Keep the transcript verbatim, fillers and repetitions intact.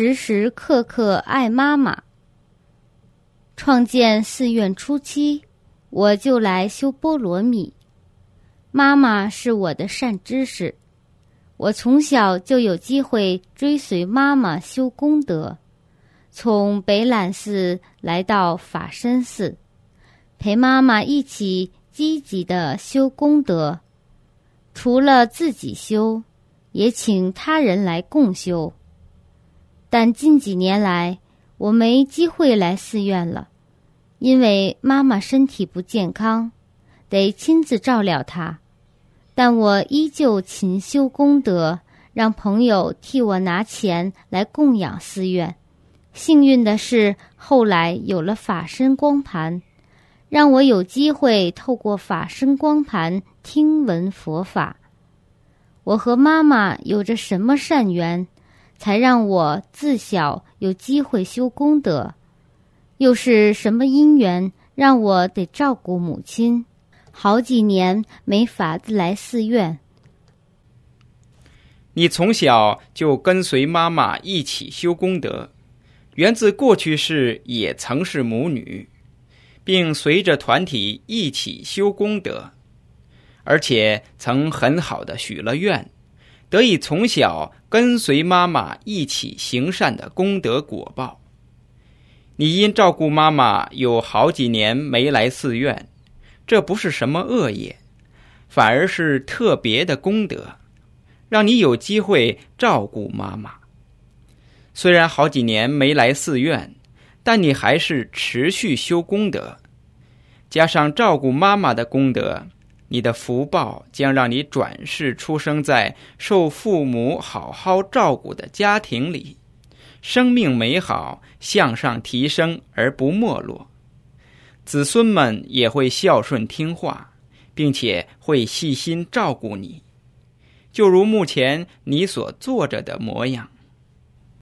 时时刻刻爱妈妈。创建寺院初期，我就来修波罗蜜。妈妈是我的善知识，我从小就有机会追随妈妈修功德，从北榄寺来到法身寺，陪妈妈一起积极地修功德。除了自己修，也请他人来共修。但近几年来，我没机会来寺院了，因为妈妈身体不健康，得亲自照料她。但我依旧勤修功德，让朋友替我拿钱来供养寺院。幸运的是，后来有了法身光盘，让我有机会透过法身光盘听闻佛法。我和妈妈有着什么善缘，才让我自小有机会修功德？又是什么因缘让我得照顾母亲？好几年没法子来寺院。 你从小就跟随妈妈一起修功德，源自过去世也曾是母女，并随着团体一起修功德，而且曾很好的许了愿，得以从小跟随妈妈一起行善的功德果报。你因照顾妈妈有好几年没来寺院，这不是什么恶业，反而是特别的功德，让你有机会照顾妈妈。虽然好几年没来寺院，但你还是持续修功德，加上照顾妈妈的功德，你的福报将让你转世出生在受父母好好照顾的家庭里，生命美好，向上提升而不没落。子孙们也会孝顺听话，并且会细心照顾你，就如目前你所做着的模样。